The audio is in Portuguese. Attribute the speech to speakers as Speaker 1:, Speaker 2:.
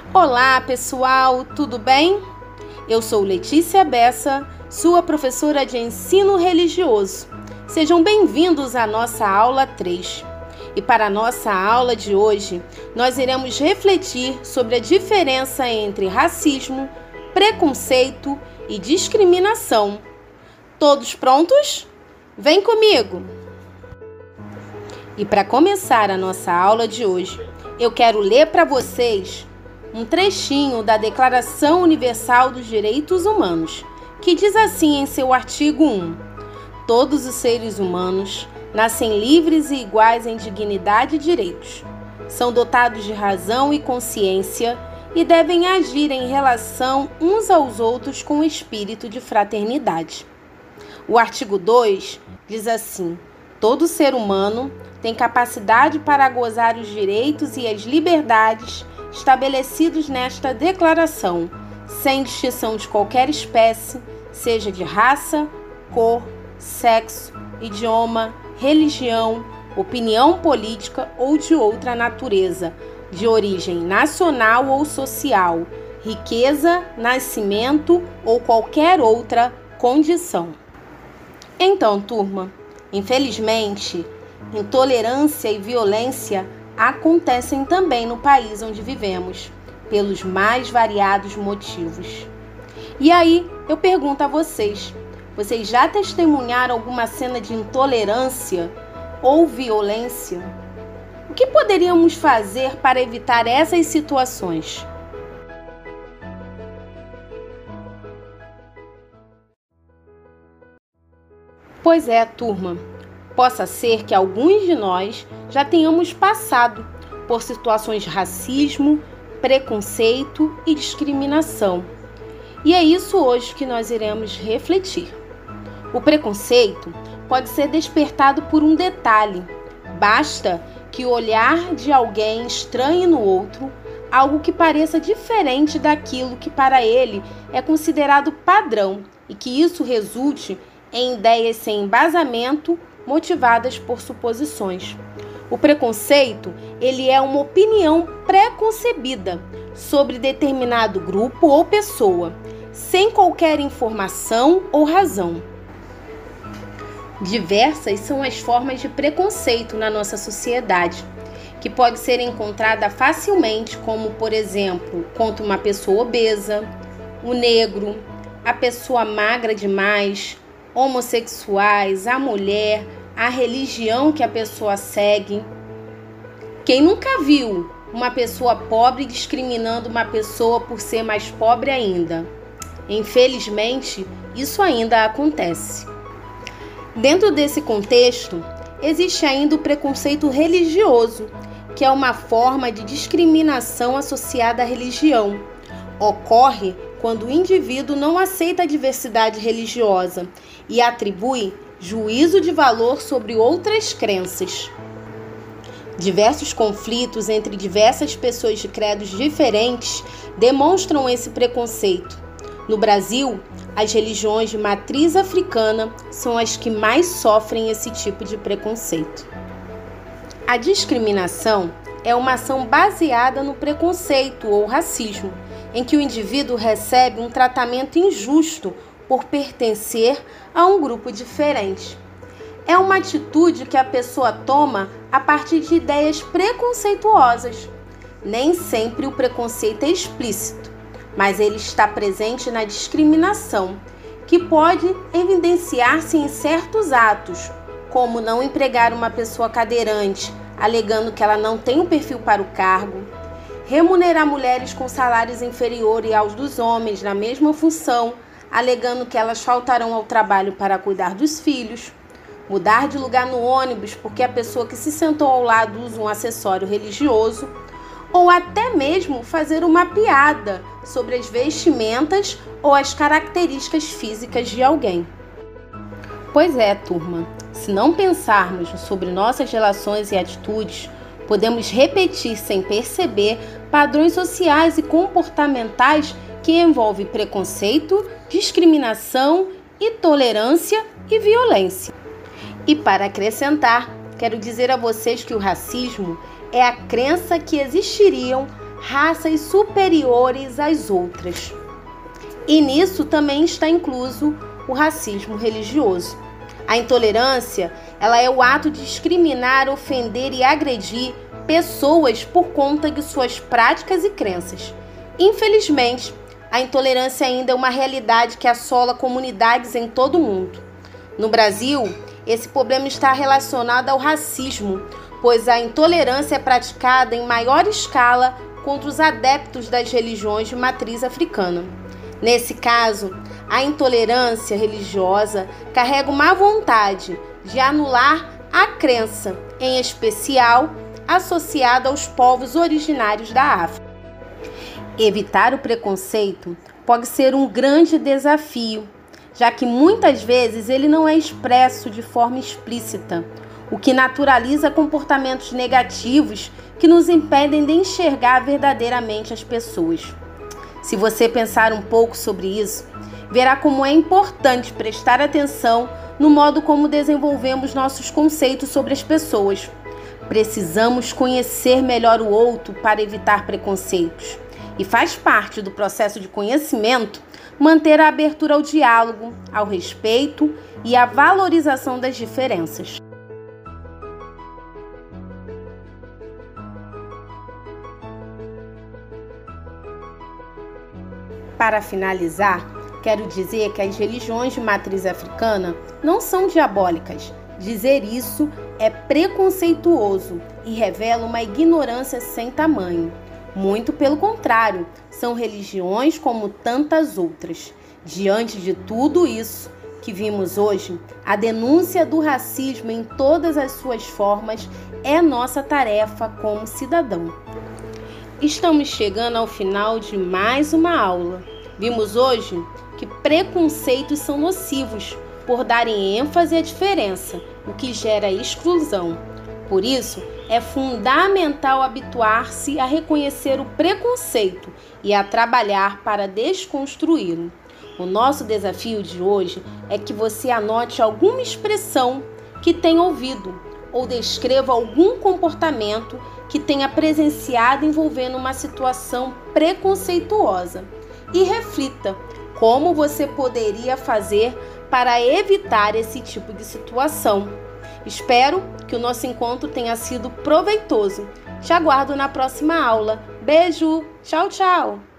Speaker 1: Olá pessoal, tudo bem? Eu sou Letícia Bessa, sua professora de ensino religioso. Sejam bem-vindos à nossa aula 3. E para a nossa aula de hoje, nós iremos refletir sobre a diferença entre racismo, preconceito e discriminação. Todos prontos? Vem comigo! E para começar a nossa aula de hoje, eu quero ler para vocês um trechinho da Declaração Universal dos Direitos Humanos, que diz assim em seu artigo 1: Todos os seres humanos nascem livres e iguais em dignidade e direitos. São dotados de razão e consciência e devem agir em relação uns aos outros com espírito de fraternidade. O artigo 2 diz assim: todo ser humano tem capacidade para gozar os direitos e as liberdades estabelecidos nesta declaração, sem distinção de qualquer espécie, seja de raça, cor, sexo, idioma, religião, opinião política ou de outra natureza, de origem nacional ou social, riqueza, nascimento ou qualquer outra condição. Então, turma, infelizmente, intolerância e violência acontecem também no país onde vivemos, pelos mais variados motivos. E aí, eu pergunto a vocês já testemunharam alguma cena de intolerância ou violência? O que poderíamos fazer para evitar essas situações? Pois é, turma. Possa ser que alguns de nós já tenhamos passado por situações de racismo, preconceito e discriminação. E é isso hoje que nós iremos refletir. O preconceito pode ser despertado por um detalhe. Basta que o olhar de alguém estranhe no outro algo que pareça diferente daquilo que para ele é considerado padrão e que isso resulte em ideias sem embasamento, motivadas por suposições. O preconceito, ele é uma opinião pré-concebida sobre determinado grupo ou pessoa, sem qualquer informação ou razão. Diversas são as formas de preconceito na nossa sociedade, que pode ser encontrada facilmente, como, por exemplo, contra uma pessoa obesa, o negro, a pessoa magra demais, homossexuais, a mulher, a religião que a pessoa segue. Quem nunca viu uma pessoa pobre discriminando uma pessoa por ser mais pobre ainda? Infelizmente, isso ainda acontece. Dentro desse contexto, existe ainda o preconceito religioso, que é uma forma de discriminação associada à religião. Ocorre quando o indivíduo não aceita a diversidade religiosa e atribui juízo de valor sobre outras crenças. Diversos conflitos entre diversas pessoas de credos diferentes demonstram esse preconceito. No Brasil, as religiões de matriz africana são as que mais sofrem esse tipo de preconceito. A discriminação é uma ação baseada no preconceito ou racismo, em que o indivíduo recebe um tratamento injusto por pertencer a um grupo diferente. É uma atitude que a pessoa toma a partir de ideias preconceituosas. Nem sempre o preconceito é explícito, mas ele está presente na discriminação, que pode evidenciar-se em certos atos, como não empregar uma pessoa cadeirante, alegando que ela não tem um perfil para o cargo, remunerar mulheres com salários inferiores aos dos homens na mesma função, alegando que elas faltarão ao trabalho para cuidar dos filhos, mudar de lugar no ônibus porque a pessoa que se sentou ao lado usa um acessório religioso, ou até mesmo fazer uma piada sobre as vestimentas ou as características físicas de alguém. Pois é, turma, se não pensarmos sobre nossas relações e atitudes, podemos repetir sem perceber padrões sociais e comportamentais que envolvem preconceito, discriminação, intolerância e violência. E para acrescentar, quero dizer a vocês que o racismo é a crença que existiriam raças superiores às outras. E nisso também está incluso o racismo religioso. A intolerância, ela é o ato de discriminar, ofender e agredir pessoas por conta de suas práticas e crenças. Infelizmente, a intolerância ainda é uma realidade que assola comunidades em todo o mundo. No Brasil, esse problema está relacionado ao racismo, pois a intolerância é praticada em maior escala contra os adeptos das religiões de matriz africana. Nesse caso, a intolerância religiosa carrega uma vontade de anular a crença, em especial associada aos povos originários da África. Evitar o preconceito pode ser um grande desafio, já que muitas vezes ele não é expresso de forma explícita, o que naturaliza comportamentos negativos que nos impedem de enxergar verdadeiramente as pessoas. Se você pensar um pouco sobre isso, verá como é importante prestar atenção no modo como desenvolvemos nossos conceitos sobre as pessoas. Precisamos conhecer melhor o outro para evitar preconceitos. E faz parte do processo de conhecimento manter a abertura ao diálogo, ao respeito e à valorização das diferenças. Para finalizar, quero dizer que as religiões de matriz africana não são diabólicas. Dizer isso é preconceituoso e revela uma ignorância sem tamanho. Muito pelo contrário, são religiões como tantas outras. Diante de tudo isso que vimos hoje, a denúncia do racismo em todas as suas formas é nossa tarefa como cidadão. Estamos chegando ao final de mais uma aula. Vimos hoje que preconceitos são nocivos por darem ênfase à diferença, o que gera exclusão. Por isso, é fundamental habituar-se a reconhecer o preconceito e a trabalhar para desconstruí-lo. O nosso desafio de hoje é que você anote alguma expressão que tenha ouvido ou descreva algum comportamento que tenha presenciado envolvendo uma situação preconceituosa e reflita como você poderia fazer para evitar esse tipo de situação. Espero que o nosso encontro tenha sido proveitoso. Te aguardo na próxima aula. Beijo! Tchau, tchau!